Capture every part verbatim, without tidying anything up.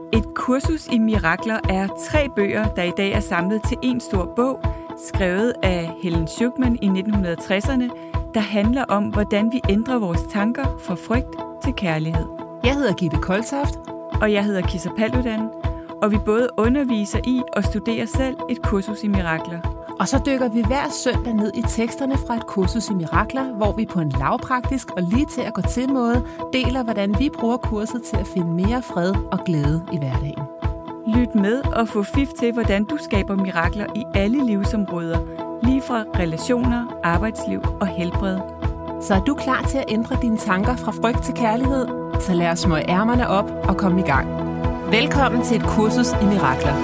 Et kursus i mirakler er tre bøger, der i dag er samlet til en stor bog, skrevet af Helen Schucman i nitten tresserne, der handler om, hvordan vi ændrer vores tanker fra frygt til kærlighed. Jeg hedder Gitte Koltoft. Og jeg hedder Kissa Paludan, og vi både underviser i og studerer selv et kursus i mirakler. Og så dykker vi hver søndag ned i teksterne fra et kursus i mirakler, hvor vi på en lavpraktisk og lige til at gå til måde deler, hvordan vi bruger kurset til at finde mere fred og glæde i hverdagen. Lyt med og få fif til, hvordan du skaber mirakler i alle livsområder, lige fra relationer, arbejdsliv og helbred. Så er du klar til at ændre dine tanker fra frygt til kærlighed? Så lad os smøge ærmerne op og komme i gang. Velkommen til et kursus i mirakler.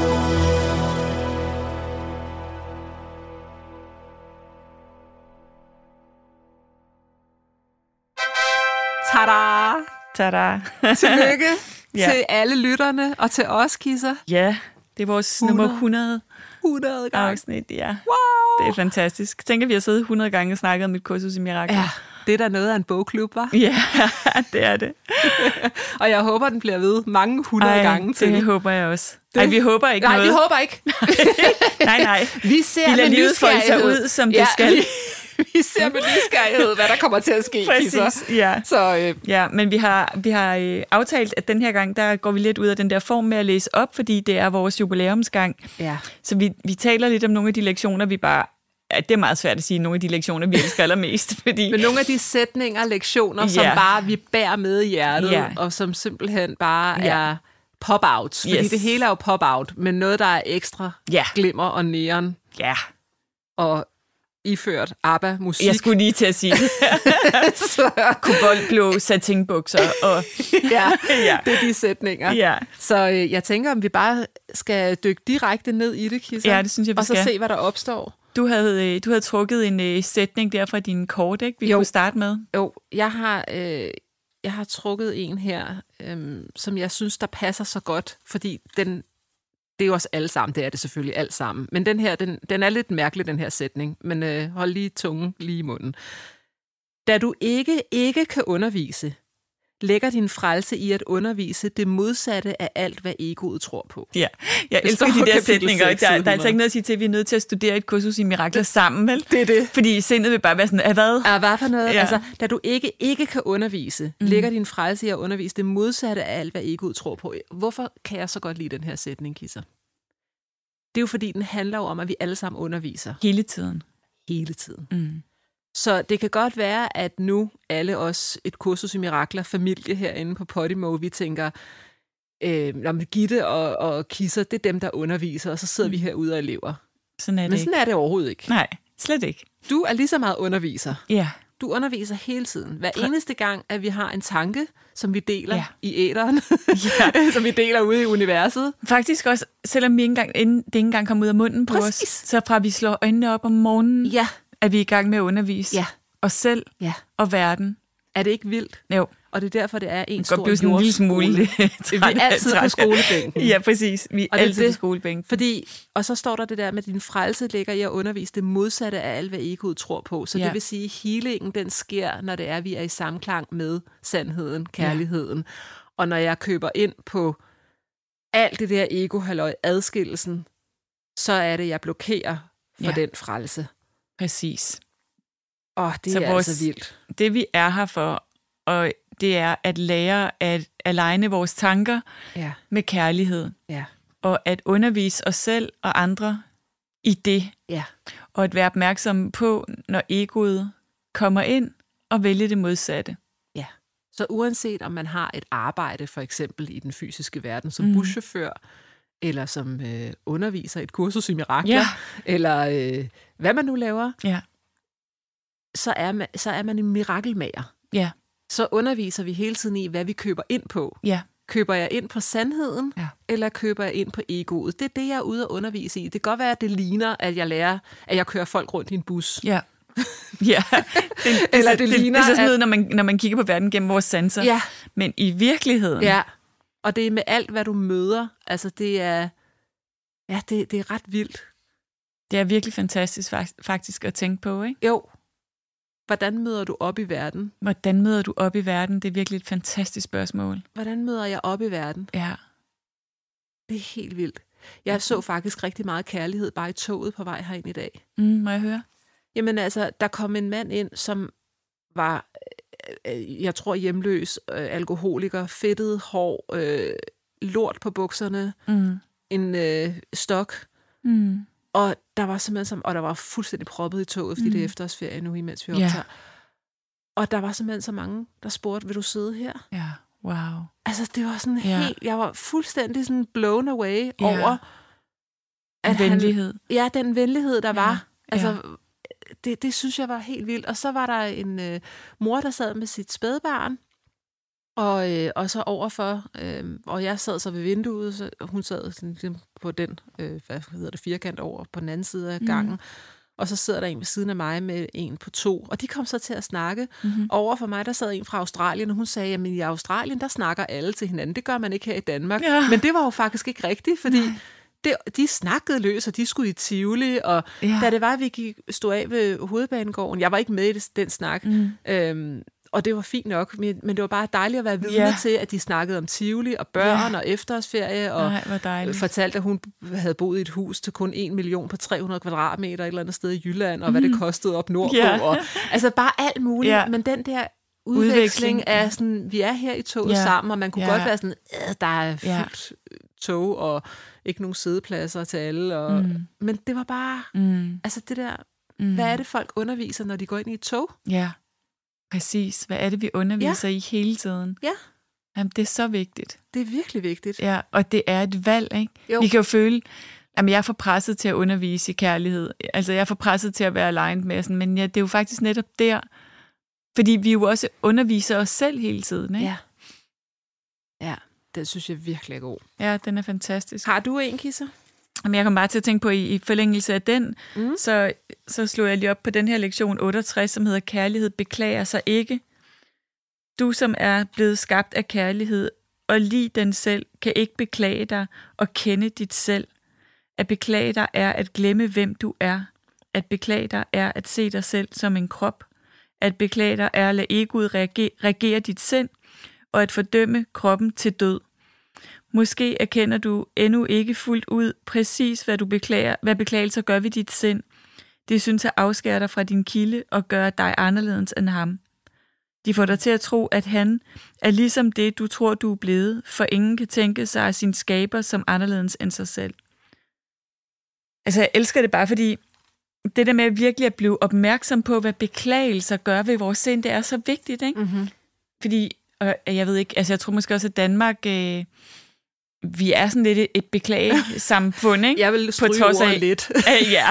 Tada! Tada! Tillykke Ja. til alle lytterne og til os, Kisser. Ja, det er vores hundrede. nummer hundrede hundrede gange. afsnit. Ja. Wow! Det er fantastisk. Tænk, at vi har siddet hundrede gange og snakket om et kursus i mirakler. Ja, det er da noget af en bogklub, hva'? Ja, det er det. Og jeg håber, den bliver ved mange hundrede Ej, gange til. det håber jeg også. Nej, vi håber ikke Nej, noget. vi håber ikke. nej, nej. Vi ser Vi lader med livet folde sig nysgerrighed. ud, som Ja, det skal. Vi, vi ser med nysgerrighed, hvad der kommer til at ske, Kisser. Præcis, ja. Så øh, Ja, men vi har, vi har øh, aftalt, at den her gang, der går vi lidt ud af den der form med at læse op, fordi det er vores jubilæumsgang. ja. Så vi, vi taler lidt om nogle af de lektioner, vi bare... Ja, det er meget svært at sige, nogle af de lektioner, vi elsker allermest, fordi... Men nogle af de sætninger, lektioner, Ja. som bare vi bærer med i hjertet, Ja. og som simpelthen bare Ja. er pop-outs. Fordi Yes. det hele er jo pop-out, men noget, der er ekstra Ja. glimmer og neon Ja, og iført ABBA-musik. jeg skulle lige til at sige det. Så, Koboldblå satinbukser og... ja, Ja. det er de sætninger. Ja. Så øh, jeg tænker, om vi bare skal dykke direkte ned i det, Kisser. Ja, det synes jeg, vi Og så skal. se, hvad der opstår. Du havde, øh, du havde trukket en øh, sætning der fra din kort, ikke? Vi Jo. kunne starte med. Jo, jeg har, øh, jeg har trukket en her, øh, som jeg synes, der passer så godt, fordi den, det er jo også alle sammen, det er det selvfølgelig alt sammen. Men den her, den, den er lidt mærkelig, den her sætning, men øh, hold lige tungen lige i munden. Da du ikke ikke kan undervise, lægger din frelse i at undervise det modsatte af alt, hvad egoet tror på. Ja, jeg Det elsker står de på der kapitel sætninger. seks, Der, side der er altså hundrede. ikke noget at sige til, at vi er nødt til at studere et kursus i mirakler sammen, vel? Det er det. Fordi sindet vil bare være sådan, af hvad? Ah, hvad for noget? Ja. Ja. Altså, da du ikke ikke kan undervise, mm. lægger din frelse i at undervise det modsatte af alt, hvad egoet tror på. Hvorfor kan jeg så godt lide den her sætning, Kisser? Det er jo fordi, den handler jo om, at vi alle sammen underviser Hele tiden. hele tiden. Mm. Så det kan godt være, at nu alle os, et kursus i mirakler, familie herinde på Podimo, vi tænker, øh, når man Gitte og, og Kisser, det er dem, der underviser, og så sidder mm. vi herude og elever. Sådan er det Men ikke. sådan er det overhovedet ikke. Nej, slet ikke. Du er lige så meget underviser. Ja, Du underviser hele tiden. Hver eneste gang, at vi har en tanke, som vi deler Ja. ja. i æteren, Ja. som vi deler ude i universet. faktisk også, selvom vi ikke engang, inden det ikke engang kommer ud af munden på Præcis. os, så fra vi slår øjnene op om morgenen, Ja, er vi i gang med at undervise Ja. os selv ja. og verden. Er det ikke vildt? Jo, Og det er derfor, det er en det kan stor godt blive sådan en lille smule jordskole. Vi er altid på skolebænken. Ja, præcis. Vi er Og det er altid det. på skolebænken. Fordi, og så står der det der med, at din frelse ligger i at undervise det modsatte af alt, hvad egoet tror på. Så Ja. det vil sige, at healingen, den sker, når det er, at vi er i samklang med sandheden, kærligheden. Ja. Og når jeg køber ind på alt det der ego-halløj, adskillelsen, så er det, jeg blokerer for Ja. den frelse. Præcis. Åh, det Så er vores- altså vildt. Det vi er her for, og det er at lære at aligne vores tanker Ja, med kærlighed, ja, og at undervise os selv og andre i det, ja. og at være opmærksom på, når egoet kommer ind og vælge det modsatte. Ja. Så uanset om man har et arbejde, for eksempel i den fysiske verden, som Mhm. buschauffør, eller som øh, underviser i et kursus i mirakler, Ja. eller øh, hvad man nu laver, Ja, så er man, så er man en mirakelmager. ja, Så underviser vi hele tiden i, hvad vi køber ind på. ja, Køber jeg ind på sandheden, Ja. eller køber jeg ind på egoet? Det er det, jeg er ude at undervise i. Det kan godt være, at det ligner, at jeg lærer, at jeg kører folk rundt i en bus. ja. Ja, det, Eller det det, ligner, det er sådan at- noget, når man, når man kigger på verden gennem vores sanser. Ja, Men i virkeligheden, ja. Og det er med alt, hvad du møder. Altså, det er, ja, det, det er ret vildt. det er virkelig fantastisk fak- faktisk at tænke på, ikke? Jo. Hvordan møder du op i verden? Hvordan møder du op i verden? Det er virkelig et fantastisk spørgsmål. Hvordan møder jeg op i verden? Ja. Det er helt vildt. Jeg så faktisk rigtig meget kærlighed bare i toget på vej herind i dag. Mm, må jeg høre? Jamen altså, der kom en mand ind, som var, jeg tror, hjemløs, øh, alkoholiker, fedtet hår, øh, lort på bukserne, mm. en øh, stok. Mm. Og der var simpelthen som, og der var fuldstændig proppet i toget, fordi mm. det er efterårsferie nu, imens vi optager. Yeah. Og der var simpelthen så mange, der spurgte, vil du sidde her? Ja, yeah. Wow. Altså, det var sådan yeah. helt, jeg var fuldstændig sådan blown away yeah. over, at venlighed. Han, ja, den venlighed, der yeah. var. Altså, yeah. det, det synes jeg var helt vildt. Og så var der en øh, mor, der sad med sit spædbarn, og, øh, og så overfor, øh, og jeg sad så ved vinduet, så, og hun sad sådan, på den, øh, hvad hedder det, firkant over på den anden side af gangen, mm. og så sidder der en ved siden af mig med en på to, og de kom så til at snakke. Mm-hmm. Over for mig, der sad en fra Australien, og hun sagde, jamen i Australien, der snakker alle til hinanden. Det gør man ikke her i Danmark. Ja. Men det var jo faktisk ikke rigtigt, fordi det, de snakkede løs, og de skulle i Tivoli, og ja. Da det var, at vi gik, stod af ved Hovedbanegården, jeg var ikke med i den snak, mm. øhm, og det var fint nok, men, men det var bare dejligt at være vidne yeah. til, at de snakkede om Tivoli og børn yeah. og efterårsferie, og Nej, fortalte, at hun havde boet i et hus til kun en million på tre hundrede kvadratmeter et eller andet sted i Jylland, og mm. hvad det kostede op nordpå. Yeah. Og, altså bare alt muligt, yeah. men den der udveksling, udveksling af sådan, vi er her i toget yeah. sammen, og man kunne yeah. godt være sådan, der er fyldt yeah. tog, og ikke nogen sædepladser til alle. Og, mm. Men det var bare, mm. altså det der, mm. hvad er det folk underviser, når de går ind i et tog? Ja. Yeah. Præcis. Hvad er det, vi underviser ja. i hele tiden? Ja. Jamen, det er så vigtigt. Det er virkelig vigtigt. Ja, og det er et valg, ikke? Jo. Vi kan jo føle, at jeg er for presset til at undervise i kærlighed. Altså, jeg er for presset til at være aligned med sådan, men ja, det er jo faktisk netop der, fordi vi jo også underviser os selv hele tiden, ikke? Ja. Ja, den synes jeg virkelig er god. Ja, den er fantastisk. Har du en, Kisser? Jamen, jeg kom bare til at tænke på, i, i forlængelse af den, mm. så, så slog jeg lige op på den her lektion otteogtres, som hedder Kærlighed beklager sig ikke. Du, som er blevet skabt af kærlighed, og lid den selv, kan ikke beklage dig og kende dit selv. At beklage dig er at glemme, hvem du er. At beklage dig er at se dig selv som en krop. At beklage dig er at lade egoet reagere, reagere dit sind, og at fordømme kroppen til død. Måske erkender du endnu ikke fuldt ud præcis, hvad du beklager, hvad beklagelser gør ved dit sind. Det synes at afskære dig fra din kilde og gøre dig anderledes end ham. De får dig til at tro, at han er ligesom det, du tror, du er blevet, for ingen kan tænke sig af sin skaber som anderledes end sig selv. Altså, jeg elsker det bare, fordi det der med virkelig at blive opmærksom på, hvad beklagelser gør ved vores sind, det er så vigtigt, ikke? Mm-hmm. Fordi, og jeg ved ikke, altså jeg tror måske også, at Danmark... Øh, vi er sådan lidt et beklagesamfund, ikke? Jeg vil stryge ordet lidt. ja.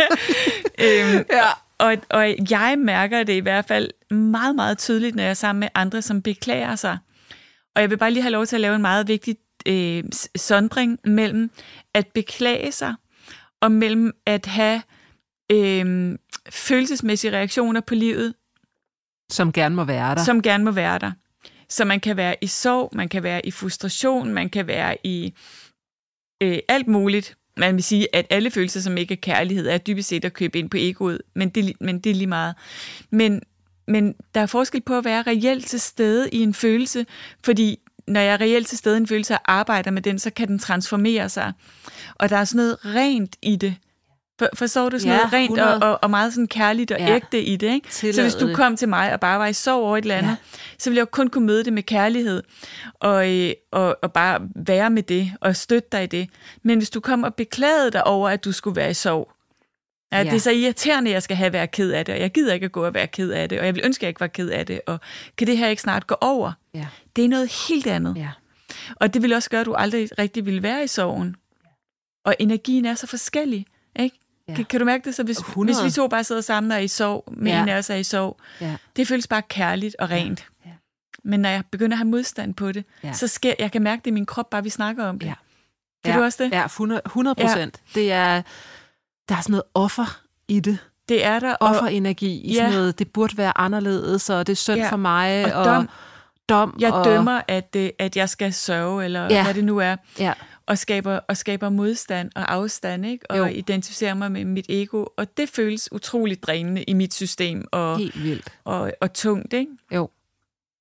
øhm, ja. Og, og jeg mærker det i hvert fald meget, meget tydeligt, når jeg er sammen med andre, som beklager sig. Og jeg vil bare lige have lov til at lave en meget vigtig øh, sondring mellem at beklage sig, og mellem at have øh, følelsesmæssige reaktioner på livet. Som gerne må være der. Som gerne må være der. Så man kan være i sorg, man kan være i frustration, man kan være i øh, alt muligt. Man vil sige, at alle følelser, som ikke er kærlighed, er dybest set at købe ind på egoet, men det, men det er lige meget. Men, men der er forskel på at være reelt til stede i en følelse, fordi når jeg er reelt til stede i en følelse og arbejder med den, så kan den transformere sig. Og der er sådan noget rent i det. For, forstår du sådan ja, noget rent og, og, og meget sådan kærligt og ja. ægte i det, ikke? Tillade så hvis du kom til mig og bare var i sorg over et eller andet, ja. så ville jeg jo kun kunne møde det med kærlighed og, og, og bare være med det og støtte dig i det. Men hvis du kom og beklagede dig over, at du skulle være i sorg, ja, ja. det er så irriterende, at jeg skal have været ked af det, og jeg gider ikke at gå og være ked af det, og jeg vil ønske, at jeg ikke var ked af det, og kan det her ikke snart gå over? Ja. Det er noget helt andet. Ja. Og det vil også gøre, at du aldrig rigtig vil være i sorgen. Og energien er så forskellig, ikke? Ja. Kan, kan du mærke det? Så hvis, hvis vi to bare sidder sammen og er i sorg, med ja. en af os er i sorg, ja. det føles bare kærligt og rent. Ja. Ja. Men når jeg begynder at have modstand på det, ja. så sker jeg kan mærke det i min krop, bare vi snakker om det. Ja. Kan ja. du også det? Ja, hundrede procent. Ja. Det er, der er sådan noget offer i det. Det er der. Offerenergi i ja. sådan noget, det burde være anderledes, og det er synd ja. for mig. Og, og dom. dom jeg og... dømmer, at, at jeg skal sørge, eller ja. hvad det nu er. Ja. Og skaber, og skaber modstand og afstand, ikke? Og jo. identificerer mig med mit ego. Og det føles utroligt drænende i mit system. Og, helt vildt. Og, og tungt, ikke? Jo.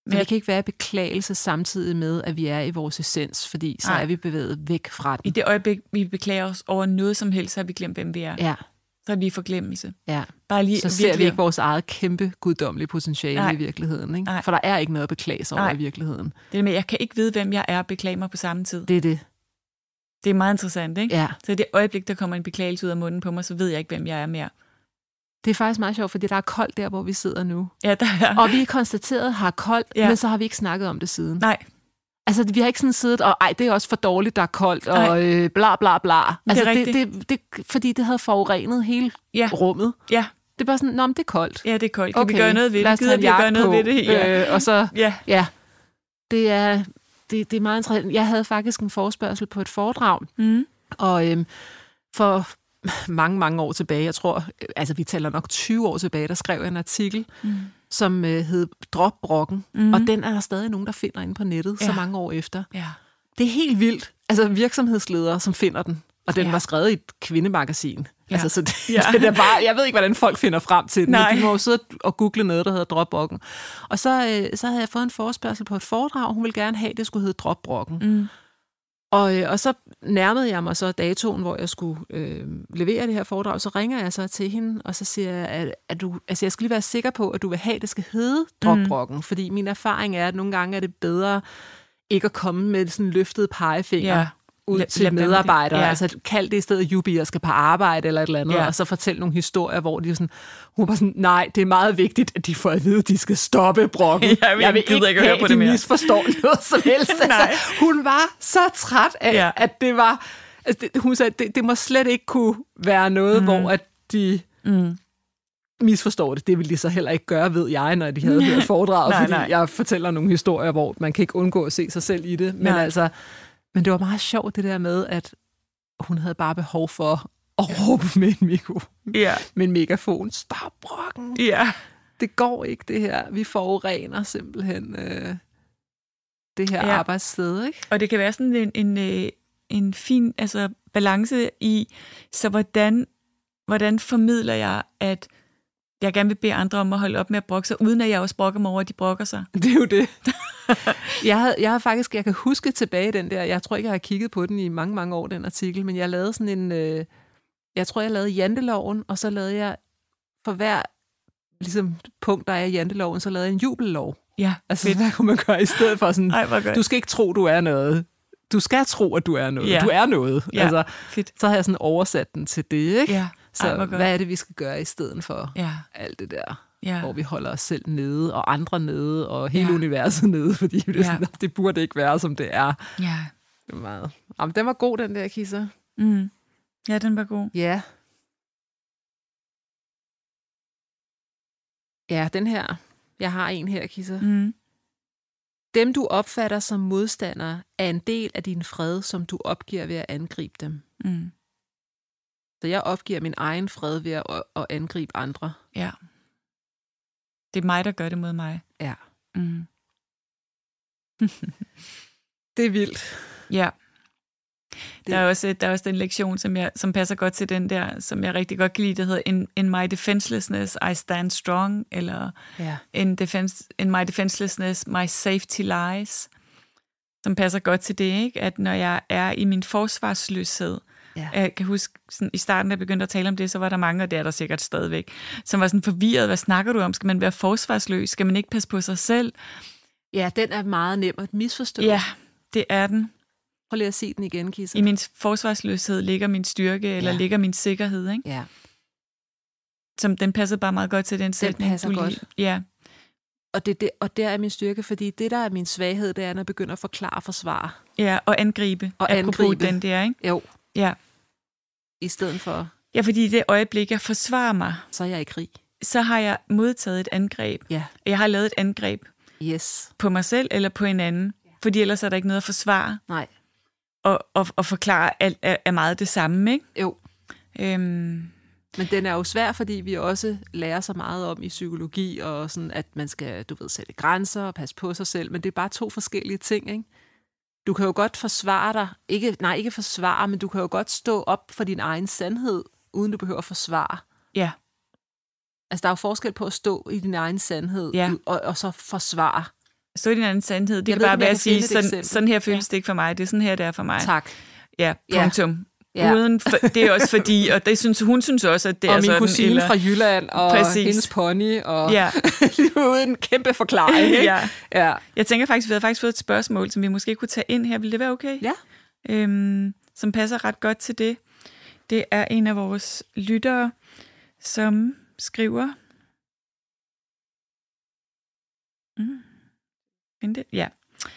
Men det kan ikke være beklagelse samtidig med, at vi er i vores essens, fordi så Nej. er vi bevæget væk fra den. I det øjeblik, vi beklager os over noget som helst, så har vi glemt, hvem vi er. Ja. Så er vi i forglemmelse. Ja. Bare lige, så ser virkelig... vi ikke vores eget kæmpe guddommelige potentiale Nej. i virkeligheden. Ikke? For der er ikke noget at beklage sig over i virkeligheden. Det er med, jeg kan ikke vide, hvem jeg er og beklage mig på samme tid. Det er det. Det er meget interessant, ikke? Ja. Så i det øjeblik, der kommer en beklagelse ud af munden på mig, så ved jeg ikke, hvem jeg er mere. Det er faktisk meget sjovt, fordi der er koldt der, hvor vi sidder nu. Ja, der er. Og vi er konstateret har koldt, ja. men så har vi ikke snakket om det siden. Nej. Altså, vi har ikke sådan siddet, og ej, det er også for dårligt, der er koldt, og øh, bla bla bla. Altså, det er det, det, det, fordi det havde forurenet hele ja. rummet. Ja. Det er bare sådan, nå, men det er koldt. Ja, det er koldt. Kan okay, vi gøre noget ved det? Gider vi gøre noget på, ved det? Ja. Øh, og så, ja. ja, det er, det, det er meget interessant. Jeg havde faktisk en forespørgsel på et foredrag, mm. og øh, for mange, mange år tilbage, jeg tror, altså vi taler nok tyve år tilbage, der skrev jeg en artikel, mm. som øh, hed Drop brokken, mm. og den er der stadig nogen, der finder inde på nettet, ja. så mange år efter. Ja. Det er helt vildt. Altså virksomhedsledere, som finder den, og den ja. var skrevet i et kvindemagasin. Ja. Altså, så det, ja. det er bare, jeg ved ikke, hvordan folk finder frem til den, men de må jo sidde og google noget, der hedder Drop brokken. Og så, øh, så havde jeg fået en forespørgsel på et foredrag, og hun ville gerne have, at det skulle hedde Drop brokken. Mm. Og, og så nærmede jeg mig så datoen, hvor jeg skulle øh, levere det her foredrag. Så ringer jeg så til hende, og så siger jeg, at, at du, altså jeg skal lige være sikker på, at du vil have, at det skal hedde Drop brokken. Mm. Fordi min erfaring er, at nogle gange er det bedre ikke at komme med sådan en løftet pegefinger ja. ud L- til medarbejdere. Ja. Altså kald det i stedet Jubi, jeg skal på arbejde eller et eller andet, ja. og så fortæl nogle historier, hvor de sådan, hun var sådan, nej, det er meget vigtigt, at de får at vide, at de skal stoppe brokken. Ja, jeg, jeg vil ikke, ikke have, at de misforstår noget som helst. Altså, hun var så træt af, ja. at det var, altså, det, hun sagde, det, det må slet ikke kunne være noget, mm. hvor at de mm. misforstår det. Det ville de så heller ikke gøre, ved jeg, når de havde hørt foredraget, nej, fordi nej. jeg fortæller nogle historier, hvor man kan ikke undgå at se sig selv i det. Men nej. altså, men det var meget sjovt det der med, at hun havde bare behov for at råbe med en mikro, ja. med en megafon. Stop brokken! Ja. Det går ikke, det her. Vi forurener simpelthen øh, det her ja. arbejdssted, ikke? Og det kan være sådan en, en, en, en fin altså, balance i, så hvordan, hvordan formidler jeg, at jeg gerne vil bede andre om at holde op med at brokke sig, uden at jeg også brokker mig over, at de brokker sig. Det er jo det. jeg, havde, jeg har faktisk, jeg kan huske tilbage den der, jeg tror ikke, jeg har kigget på den i mange, mange år, den artikel, men jeg lavede sådan en, øh, jeg tror, jeg lavede janteloven, og så lavede jeg for hver ligesom, punkt, der er i janteloven, så lavede jeg en jubellov. Ja, altså, fedt. Hvad kunne man gøre i stedet for sådan, Ej, du skal ikke tro, du er noget. Du skal tro, at du er noget. Ja. Du er noget. Ja, altså, fedt. Så har jeg sådan oversat den til det, ikke? Ja. Så Ej, hvad er det, vi skal gøre i stedet for ja. alt det der, ja. hvor vi holder os selv nede, og andre nede, og hele ja. universet nede, fordi det, ja. sådan, det burde ikke være, som det er. Ja. Det var meget. Jamen, den var god, den der, Kisser. Mm. Ja, den var god. Ja. Ja, den her. Jeg har en her, Kisser. Mm. Dem, du opfatter som modstandere, er en del af din fred, som du opgiver ved at angribe dem. Mm. Så jeg opgiver min egen fred ved at, at angribe andre. Ja. Det er mig, der gør det mod mig. Ja. Mm. Det er vildt. Ja. Der er, også, der er også den lektion, som, jeg, som passer godt til den der, som jeg rigtig godt kan lide, der hedder In, in my defenselessness, I stand strong, eller ja. in, defense, in my defenselessness, my safety lies, som passer godt til det, ikke? At når jeg er i min forsvarsløshed, ja. Jeg kan huske, sådan, i starten, da jeg begyndte at tale om det, så var der mange, og det er der sikkert stadigvæk, som var sådan forvirret. Hvad snakker du om? Skal man være forsvarsløs? Skal man ikke passe på sig selv? Ja, den er meget nem at misforstå. Ja, det er den. Prøv lige at se den igen, Kisser. I min forsvarsløshed ligger min styrke, eller ja. ligger min sikkerhed, ikke? Ja. Som, den passer bare meget godt til den, den sætning. Den passer du godt. Lige, ja. Og, det, det, og der er min styrke, fordi det, der er min svaghed, det er, når jeg begynder at forklare og forsvare. Ja, og angribe. Og angribe. Den der, ikke? Jo. Ja. I stedet for... Ja, fordi i det øjeblik, jeg forsvarer mig... Så er jeg i krig. Så har jeg modtaget et angreb. Ja. Jeg har lavet et angreb. Yes. På mig selv eller på en anden. Ja. Fordi ellers er der ikke noget at forsvare. Nej. Og, og, og forklare alt er, er meget det samme, ikke? Jo. Øhm. Men den er jo svær, fordi vi også lærer så meget om i psykologi, og sådan, at man skal, du ved, sætte grænser og passe på sig selv, men det er bare to forskellige ting, ikke? Du kan jo godt forsvare dig, ikke, nej, ikke forsvare, men du kan jo godt stå op for din egen sandhed, uden du behøver at forsvare. Ja. Altså, der er jo forskel på at stå i din egen sandhed, ja. og, og så forsvare. Stå i din anden sandhed. Det Jeg kan ved bare ikke, om være jeg at kan sige, finde et sådan, eksempel. sådan her føles Ja. det ikke for mig. Det er sådan her, det er for mig. Tak. Ja, punktum. Ja. Uden for, det er også fordi, og det synes, hun synes også, at det og er sådan. Og min kusine eller, fra Jylland, og præcis. hendes pony, og ja. uden en kæmpe forklaring. Ikke? ja. ja. Jeg tænker faktisk, vi har faktisk fået et spørgsmål, som vi måske kunne tage ind her. Vil det være okay? Ja. Øhm, som passer ret godt til det. Det er en af vores lyttere, som skriver... Mm. Find det? Ja.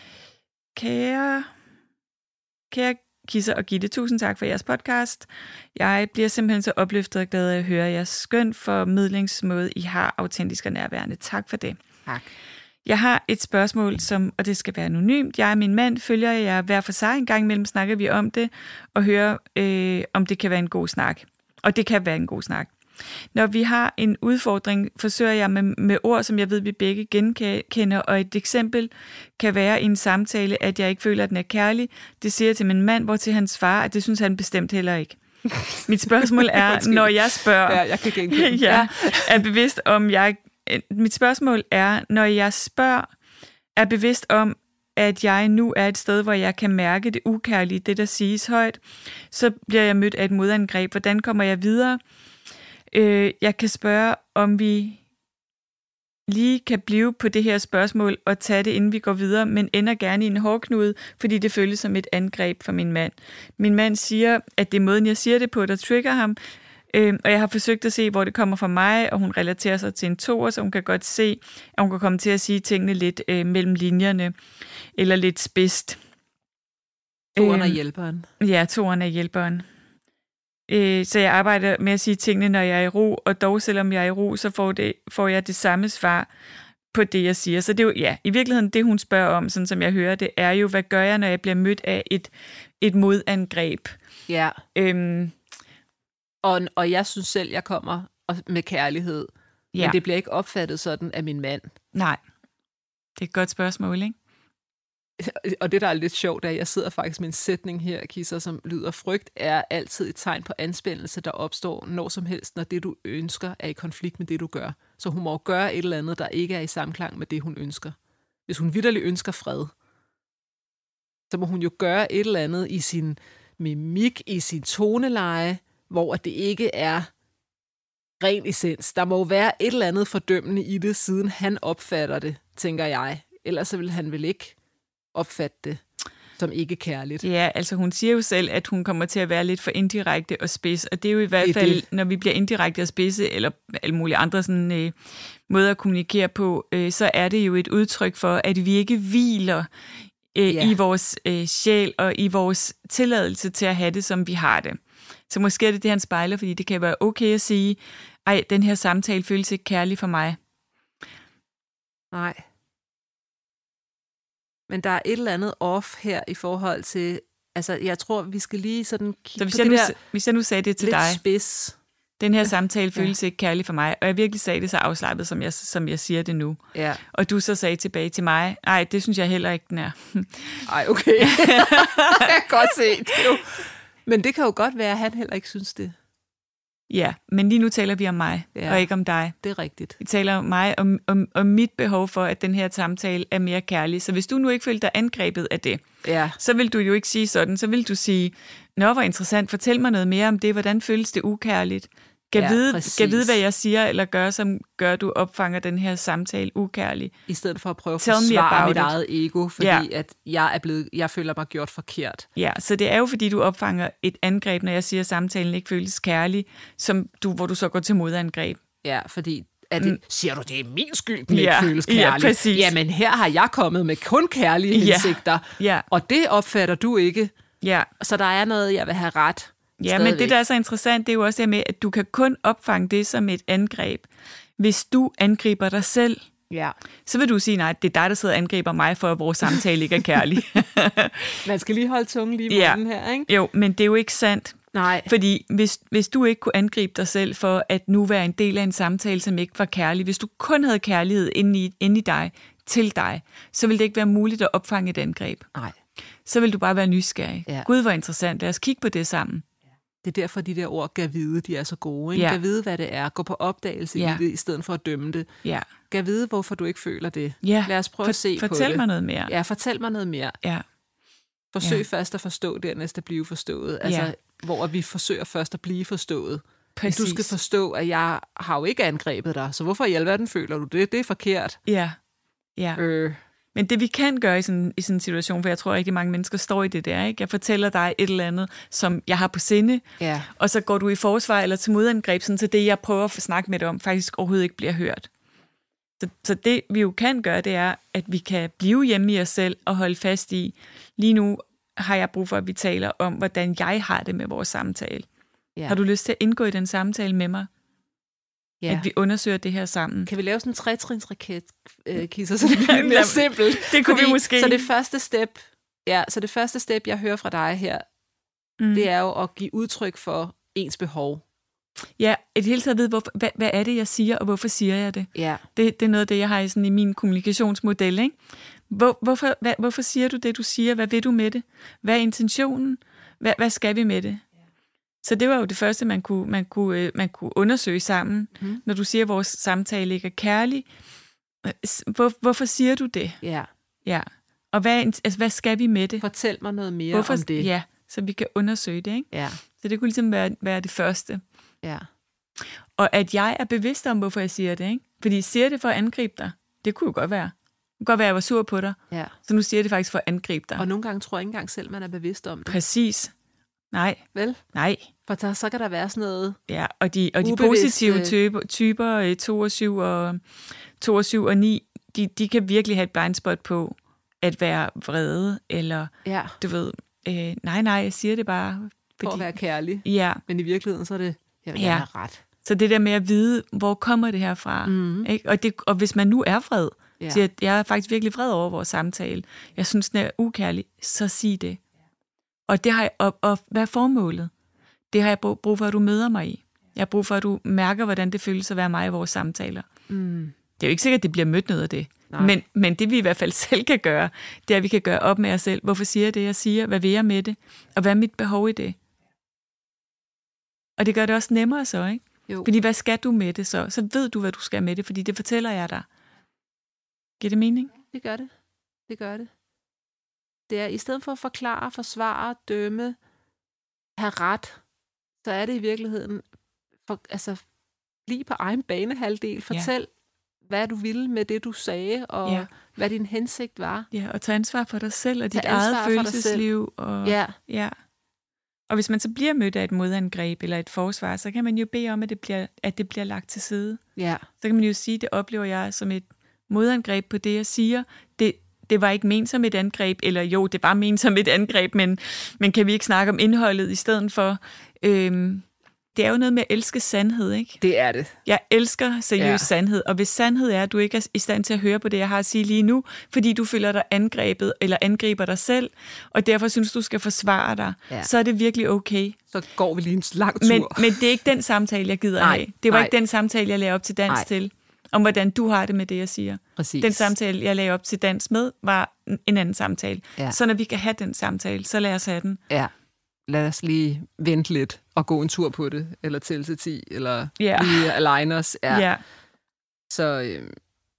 Kære... Kære Kisser og Gitte, tusind tak for jeres podcast. Jeg bliver simpelthen så opløftet og glad af at høre jeres skøn formidlingsmåde, I har, autentisk og nærværende. Tak for det. Tak. Jeg har et spørgsmål, som, og det skal være anonymt. Jeg og min mand følger jer hver for sig. En gang imellem snakker vi om det, og hører, øh, om det kan være en god snak. Og det kan være en god snak. Når vi har en udfordring, forsøger jeg med, med ord, som jeg ved, vi begge genkender, og et eksempel kan være i en samtale, at jeg ikke føler, at den er kærlig. Det siger jeg til min mand, hvor til hans far, at det synes han bestemt heller ikke. Mit spørgsmål er, når jeg spørger, ja, jeg kan genkende. ja, er bevidst om, jeg... Mit spørgsmål er, når jeg spørger, er bevidst om, at jeg nu er et sted, hvor jeg kan mærke det ukærlige, det der siges højt, så bliver jeg mødt af et modangreb. Hvordan kommer jeg videre? Øh, jeg kan spørge, om vi lige kan blive på det her spørgsmål og tage det, inden vi går videre, men ender gerne i en hårdknude, fordi det føles som et angreb for min mand. Min mand siger, at det er måden, jeg siger det på, der trigger ham, øh, og jeg har forsøgt at se, hvor det kommer fra mig, og hun relaterer sig til en toer, så hun kan godt se, at hun kan komme til at sige tingene lidt øh, mellem linjerne, eller lidt spidst. Toeren er hjælperen. Ja, toeren er hjælperen. Så jeg arbejder med at sige tingene, når jeg er i ro, og dog selvom jeg er i ro, så får, det, får jeg det samme svar på det, jeg siger. Så det er jo, ja, i virkeligheden, det hun spørger om, sådan som jeg hører det, er jo, hvad gør jeg, når jeg bliver mødt af et, et modangreb? Ja. Øhm, og, og jeg synes selv, jeg kommer med kærlighed, ja. Men det bliver ikke opfattet sådan af min mand. Nej, det er et godt spørgsmål, ikke? Og det, der er lidt sjovt, er, at jeg sidder faktisk med en sætning her, Kisser, som lyder: frygt er altid et tegn på anspændelse, der opstår når som helst, når det, du ønsker, er i konflikt med det, du gør. Så hun må gøre et eller andet, der ikke er i samklang med det, hun ønsker. Hvis hun vitterlig ønsker fred, så må hun jo gøre et eller andet i sin mimik, i sin toneleje, hvor det ikke er ren essens. Der må jo være et eller andet fordømmende i det, siden han opfatter det, tænker jeg. Ellers så vil han vel ikke opfatte det som ikke kærligt. Ja, altså hun siger jo selv, at hun kommer til at være lidt for indirekte og spids, og det er jo i hvert det fald, det. Når vi bliver indirekte og spidse, eller alle mulige andre sådan, øh, måder at kommunikere på, øh, så er det jo et udtryk for, at vi ikke hviler øh, ja. i vores øh, sjæl og i vores tilladelse til at have det, som vi har det. Så måske er det det, han spejler, fordi det kan være okay at sige, ej, den her samtale føles ikke kærlig for mig. Nej. Men der er et eller andet off her i forhold til, altså jeg tror, vi skal lige sådan kigge så hvis på jeg det nu, der hvis jeg nu sagde det til lidt dig, spids. Den her samtale føles ja. ikke kærlig for mig, og jeg virkelig sagde det så afslappet, som jeg, som jeg siger det nu. Ja. Og du så sagde tilbage til mig, nej, det synes jeg heller ikke, den er. Ej, okay. Jeg kan godt se det jo. Men det kan jo godt være, at han heller ikke synes det. Ja, men lige nu taler vi om mig, ja. og ikke om dig. Det er rigtigt. Vi taler om mig, om, om, om mit behov for, at den her samtale er mere kærlig. Så hvis du nu ikke følte dig angrebet af det, ja. så vil du jo ikke sige sådan. Så vil du sige, nå, hvor interessant, fortæl mig noget mere om det. Hvordan føles det ukærligt? Kan ja, vide, kan vide, hvad jeg siger eller gør, som gør, at du opfanger den her samtale ukærlig. I stedet for at prøve at forsvare mit eget ego, fordi ja. at jeg, er blevet, jeg føler mig gjort forkert. Ja, så det er jo, fordi du opfanger et angreb, når jeg siger, at samtalen ikke føles kærlig, som du, hvor du så går til modangreb. Ja, fordi er det, mm. siger du, det er min skyld, den ja. ikke føles kærlig? Ja, præcis. Jamen, her har jeg kommet med kun kærlige hensigter, ja. Ja. og det opfatter du ikke. Ja. Så der er noget, jeg vil have ret. Ja, stadigvæk. Men det, der er så interessant, det er jo også det med, at du kan kun opfange det som et angreb, hvis du angriber dig selv. Ja. Så vil du sige, nej, det er dig, der sidder og angriber mig, for at vores samtale ikke er kærlig. Man skal lige holde tungen lige i ja. munden her, ikke? Jo, men det er jo ikke sandt. Nej. Fordi hvis, hvis du ikke kunne angribe dig selv for at nu være en del af en samtale, som ikke var kærlig, hvis du kun havde kærlighed inde i, inde i dig, til dig, så ville det ikke være muligt at opfange et angreb. Nej. Så vil du bare være nysgerrig. Ja. Gud, hvor interessant. Lad os kigge på det sammen. Det er derfor, de der ord, gav vide, de er så gode. Ikke? Ja. Gav vide, hvad det er. Gå på opdagelse Ja. i det, i stedet for at dømme det. Ja. Gav vide, hvorfor du ikke føler det. Ja. Lad os prøve For, at se på det. Fortæl mig noget mere. Ja, fortæl mig noget mere. Ja. Forsøg Ja. først at forstå, dernæst at blive forstået. Altså, Ja. hvor vi forsøger først at blive forstået. Præcis. Du skal forstå, at jeg har jo ikke angrebet dig, så hvorfor i alverden føler du det? Det er forkert. Ja. Ja. Øh. Men det vi kan gøre i sådan, i sådan en situation, for jeg tror rigtig mange mennesker står i det der, ikke? Jeg fortæller dig et eller andet, som jeg har på sinde, Ja. og så går du i forsvar eller til modangreb, sådan så det, jeg prøver at snakke med dig om, faktisk overhovedet ikke bliver hørt. Så, så det vi jo kan gøre, det er, at vi kan blive hjemme i os selv og holde fast i, lige nu har jeg brug for, at vi taler om, hvordan jeg har det med vores samtale. Ja. Har du lyst til at indgå i den samtale med mig? Ja. At vi undersøger det her sammen. Kan vi lave sådan en tretrinsraket, øh, Kisser, så det bliver lidt mere simpelt? Det kunne Fordi, vi måske. Så det første step, ja, så det første step, jeg hører fra dig her, mm. det er jo at give udtryk for ens behov. Ja, et hele taget ved, hvorfor, hvad, hvad er det, jeg siger, og hvorfor siger jeg det? Ja. Det, det er noget af det, jeg har i, sådan, i min kommunikationsmodel. Ikke? Hvor, hvorfor, hvad, hvorfor siger du det, du siger? Hvad vil du med det? Hvad er intentionen? Hvad, hvad skal vi med det? Så det var jo det første, man kunne, man kunne, man kunne undersøge sammen. Mm. Når du siger, at vores samtale ikke er kærlig, hvor, hvorfor siger du det? Ja. Ja. Og hvad, altså, hvad skal vi med det? Fortæl mig noget mere hvorfor, om det. Ja, så vi kan undersøge det. Ikke? Ja. Så det kunne ligesom være, være det første. Ja. Og at jeg er bevidst om, hvorfor jeg siger det. Ikke? Fordi jeg siger det for at angribe dig. Det kunne jo godt være. Det kunne godt være, at jeg var sur på dig. Ja. Så nu siger jeg det faktisk for at angribe dig. Og nogle gange tror jeg ikke engang selv, man er bevidst om det. Præcis. Nej. Vel? Nej. For der, så kan der være sådan noget Ja, og de, og de ubevidste positive typer, typer to og syv og, to og syv og ni, de, de kan virkelig have et blindspot på at være vrede, eller ja. du ved, øh, nej, nej, jeg siger det bare. Fordi, for at være kærlig. Ja. Men i virkeligheden, så er det, jeg vil ja. have ret. Så det der med at vide, hvor kommer det her fra? Mm. Ikke? Og, det, og hvis man nu er vred, ja. siger, at jeg er faktisk virkelig vred over vores samtale, jeg synes, den er ukærlig, så sig det. Og det har jeg, og, og hvad er formålet? Det har jeg brug for, at du møder mig i. Jeg har brug for, at du mærker, hvordan det føles at være mig i vores samtaler. Mm. Det er jo ikke sikkert, at det bliver mødt noget af det. Men, men det vi i hvert fald selv kan gøre, det er, at vi kan gøre op med os selv. Hvorfor siger jeg det, jeg siger? Hvad vil jeg med det? Og hvad er mit behov i det? Og det gør det også nemmere så, ikke? Jo. Fordi hvad skal du med det så? Så ved du, hvad du skal med det, fordi det fortæller jeg dig. Giver det mening? Det gør det. Det gør det. Det er, i stedet for at forklare, forsvare, dømme, have ret, så er det i virkeligheden, for, altså, blive på egen banehalvdel. Fortæl, ja. hvad du ville med det, du sagde, og ja. hvad din hensigt var. Ja, og tage ansvar for dig selv, og dit eget følelsesliv. Og, ja. ja. Og hvis man så bliver mødt af et modangreb eller et forsvar, så kan man jo bede om, at det bliver, at det bliver lagt til side. Ja. Så kan man jo sige, det oplever jeg som et modangreb på det, jeg siger. Det, det var ikke ment som et angreb, eller jo, det var ment som et angreb, men, men kan vi ikke snakke om indholdet i stedet for? Øhm, det er jo noget med at elske sandhed, ikke? Det er det. Jeg elsker seriøs ja. sandhed, og hvis sandhed er, at du ikke er i stand til at høre på det, jeg har at sige lige nu, fordi du føler dig angrebet, eller angriber dig selv, og derfor synes, du skal forsvare dig, ja. så er det virkelig okay. Så går vi lige en lang tur. Men, men det er ikke den samtale, jeg gider nej, have. Det var nej. ikke den samtale, jeg lagde op til dans nej. til, om hvordan du har det med det, jeg siger. Præcis. Den samtale, jeg lagde op til dans med, var en anden samtale. Ja. Så når vi kan have den samtale, så lad os have den. Ja. Lad os lige vente lidt og gå en tur på det, eller tælle til ti, eller ja. lige align os. Ja. ja. Så, øhm,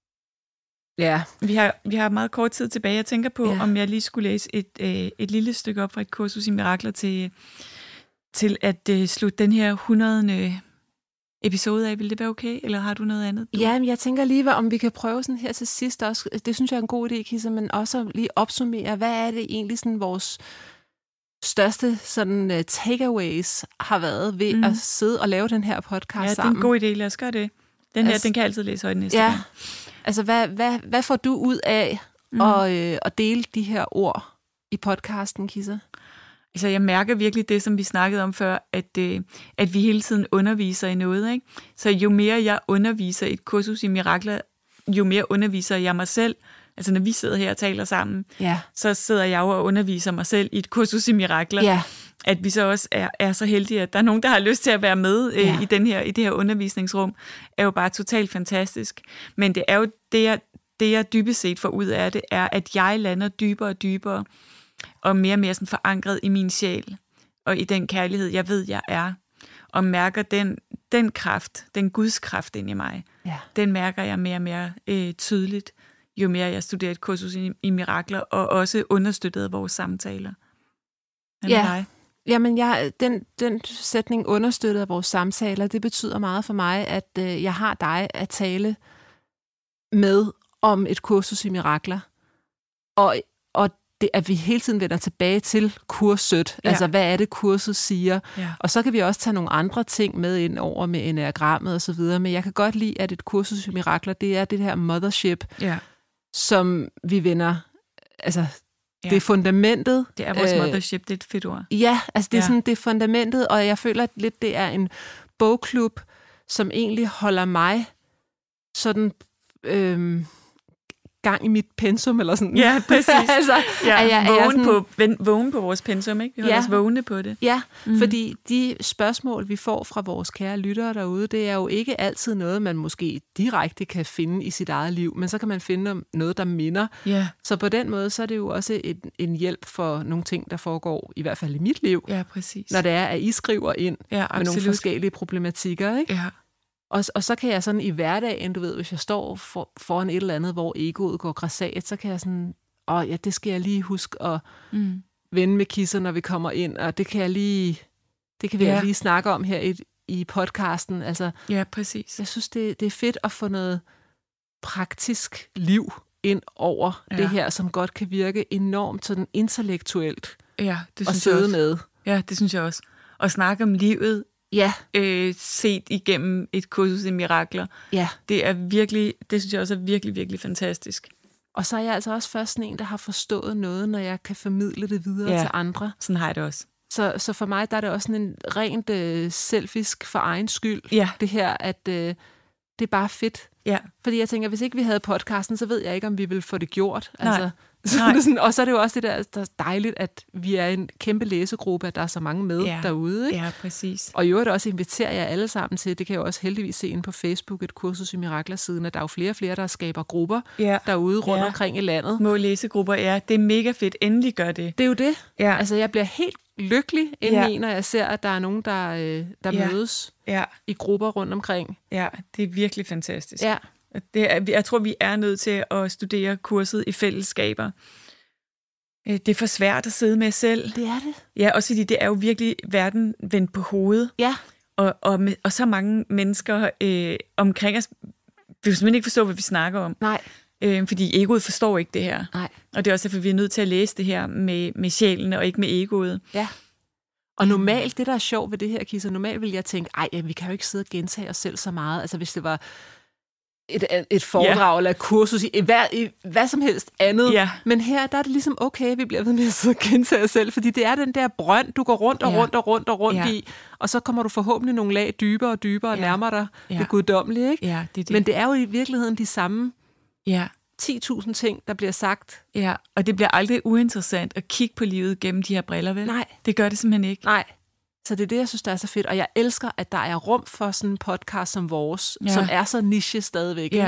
ja. Vi har, vi har meget kort tid tilbage. Jeg tænker på, ja. om jeg lige skulle læse et, øh, et lille stykke op fra et kursus i mirakler til, til at øh, slutte den her hundrede episode af. Vil det være okay, eller har du noget andet? Du? Ja, men jeg tænker lige, om vi kan prøve sådan her til sidst også. Det synes jeg er en god idé, Kisser, men også lige opsummere, hvad er det egentlig sådan vores største sådan uh, takeaways har været ved mm. at sidde og lave den her podcast ja, sammen. Ja, det er en god idé. Lad os gøre det. Den altså, her, den kan jeg altid læse højt næste ja. gang. Altså, hvad, hvad, hvad får du ud af mm. at, øh, at dele de her ord i podcasten, Kisser? Altså, jeg mærker virkelig det, som vi snakkede om før, at, øh, at vi hele tiden underviser i noget, ikke? Så jo mere jeg underviser i et kursus i mirakler, jo mere underviser jeg mig selv. Altså, når vi sidder her og taler sammen, ja. så sidder jeg jo og underviser mig selv i et kursus i mirakler. Ja. At vi så også er, er så heldige, at der er nogen, der har lyst til at være med øh, ja. i, den her, i det her undervisningsrum, er jo bare totalt fantastisk. Men det er jo det, jeg, det, jeg dybest set får ud af det, er, at jeg lander dybere og dybere, og mere og mere sådan forankret i min sjæl. og i den kærlighed, jeg ved, jeg er, og mærker den, den kraft, den Guds kraft ind i mig, ja. den mærker jeg mere og mere øh, tydeligt, jo mere jeg studerer et kursus i, i mirakler, og også understøttet af vores samtaler. Hvad med ja. dig? Jamen, jeg, den, den sætning understøttet af vores samtaler, det betyder meget for mig, at øh, jeg har dig at tale med om et kursus i mirakler. Og, og det, at vi hele tiden vender tilbage til kurset. Ja. Altså, hvad er det, kurset siger? Ja. Og så kan vi også tage nogle andre ting med ind over med enagrammet og så videre. Men jeg kan godt lide, at et kursus i mirakler, det er det her mothership, ja. Som vi vender... Altså, ja. Det er fundamentet. Det er vores øh, mothership, det er et fedt ord. Ja, altså det er, ja. sådan, det er fundamentet, og jeg føler at lidt, det er en bogklub, som egentlig holder mig sådan øhm, gang i mit pensum, eller sådan. Ja, præcis. altså, ja, er jeg, er vågen, jeg sådan, på, vågen på vores pensum, ikke? Vi holder ja. os vågne på det. Ja, mm. fordi de spørgsmål, vi får fra vores kære lyttere derude, det er jo ikke altid noget, man måske direkte kan finde i sit eget liv, men så kan man finde noget, der minder. Yeah. Så på den måde, så er det jo også en, en hjælp for nogle ting, der foregår, i hvert fald i mit liv. Ja, præcis. Når det er, at I skriver ind ja, med nogle forskellige problematikker, ikke? Ja. Og, og så kan jeg sådan i hverdagen, du ved, hvis jeg står for, foran et eller andet, hvor egoet går grassat, så kan jeg sådan, åh ja, det skal jeg lige huske at mm. vende med kisser, når vi kommer ind, og det kan jeg lige, det kan vi ja. lige snakke om her i, i podcasten. Altså, ja, præcis. Jeg synes, det, det er fedt at få noget praktisk liv ind over ja. det her, som godt kan virke enormt sådan intellektuelt ja, det at sidde med. Ja, det synes jeg også. Og snakke om livet, ja. øh, set igennem et kursus i mirakler. Ja. Det er virkelig, det synes jeg også er virkelig, virkelig fantastisk. Og så er jeg altså også først sådan en, der har forstået noget, når jeg kan formidle det videre ja. til andre. Sådan har jeg det også. Så, så for mig, der er det også sådan en rent øh, selfisk for egen skyld, ja. det her, at øh, det er bare fedt. Ja. Fordi jeg tænker, hvis ikke vi havde podcasten, så ved jeg ikke, om vi ville få det gjort. Nej. Altså, så er det sådan, og så er det jo også det der, der er dejligt, at vi er en kæmpe læsegruppe, at der er så mange med ja. derude. Ikke? Ja, præcis. Og i øvrigt også inviterer jeg alle sammen til, det kan jeg jo også heldigvis se inde på Facebook, et kursus i mirakler-siden, at der er jo flere og flere, der skaber grupper ja. derude rundt ja. omkring i landet. Små læsegrupper, ja. Det er mega fedt. Endelig gør det. Det er jo det. Ja. Altså, jeg bliver helt lykkelig indeni, ja. når jeg ser, at der er nogen, der, der ja. mødes ja. i grupper rundt omkring. Ja, det er virkelig fantastisk. Ja. Det er, jeg tror, vi er nødt til at studere kurset i fællesskaber. Det er for svært at sidde med selv. Det er det. Ja, også fordi det er jo virkelig verden vendt på hovedet. Ja. Og, og, med, og så mange mennesker øh, omkring os vil simpelthen ikke forstå, hvad vi snakker om. Nej. Øh, fordi egoet forstår ikke det her. Nej. Og det er også derfor, vi er nødt til at læse det her med, med sjælen og ikke med egoet. Ja. Og normalt, det der er sjovt ved det her, Kisser, normalt vil jeg tænke, ej, ja, vi kan jo ikke sidde og gentage os selv så meget. Altså hvis det var et, et foredrag yeah. eller et kursus i hvad, i hvad som helst andet. Yeah. Men her, der er det ligesom okay, vi bliver ved med at sidde og gentage os selv, fordi det er den der brønd, du går rundt og yeah. rundt og rundt og rundt yeah. i, og så kommer du forhåbentlig nogle lag dybere og dybere og yeah. nærmer dig yeah. det guddommelige, ikke? Yeah, det er det. Men det er jo i virkeligheden de samme yeah. ti tusind ting, der bliver sagt. Ja, og det bliver aldrig uinteressant at kigge på livet gennem de her briller, vel? Nej. Det gør det simpelthen ikke. Nej. Så det er det, jeg synes, der er så fedt. Og jeg elsker, at der er rum for sådan en podcast som vores, ja. som er så niche stadigvæk. Ja.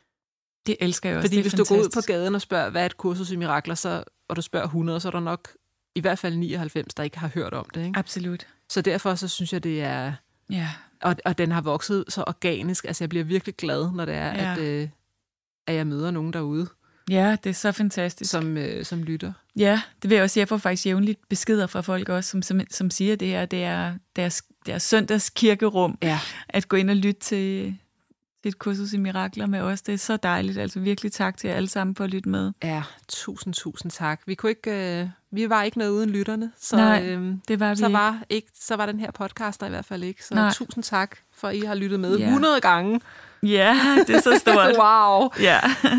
Det elsker jeg også. Fordi det hvis fantastisk. du går ud på gaden og spørger, hvad er et kursus i mirakler, så, og du spørger hundrede, så er der nok i hvert fald nioghalvfems, der ikke har hørt om det. Ikke? Absolut. Så derfor så synes jeg, det er... Ja. Og, og den har vokset så organisk. Altså, jeg bliver virkelig glad, når det er, ja. at, øh, at jeg møder nogen derude. Ja, det er så fantastisk. Som, øh, som lytter. Ja, det vil jeg også sige. Jeg får faktisk jævnligt beskeder fra folk også, som, som, som siger, at det her det er deres, deres søndagskirkerum. Ja. At gå ind og lytte til, til et kursus i mirakler med os. Det er så dejligt. Altså virkelig tak til jer alle sammen for at lytte med. Ja, tusind, tusind tak. Vi kunne ikke, øh, vi var ikke noget uden lytterne. Så, Nej, øh, det var vi så ikke. var ikke. Så var den her podcast der i hvert fald ikke. Så Nej. tusind tak for, at I har lyttet med ja. hundrede gange. Ja, det er så stort. Wow. Ja.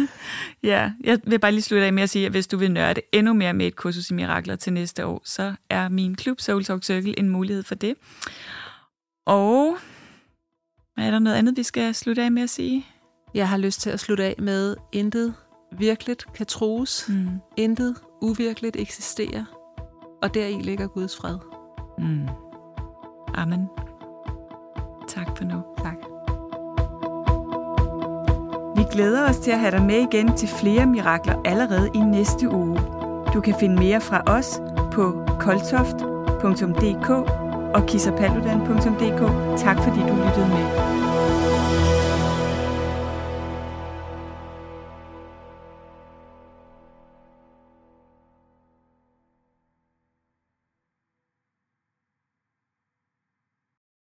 ja, jeg vil bare lige slutte af med at sige, at hvis du vil nørde endnu mere med et kursus i mirakler til næste år, så er min klub Soul Talk Circle en mulighed for det. Og er der noget andet, vi skal slutte af med at sige? Jeg har lyst til at slutte af med, intet virkeligt kan trues, mm. intet uvirkeligt eksisterer, og deri ligger Guds fred. Mm. Amen. Tak for nu. Tak. Vi glæder os til at have dig med igen til flere mirakler allerede i næste uge. Du kan finde mere fra os på koltoft punktum d k og kissapaludan punktum d k. Tak fordi du lyttede med.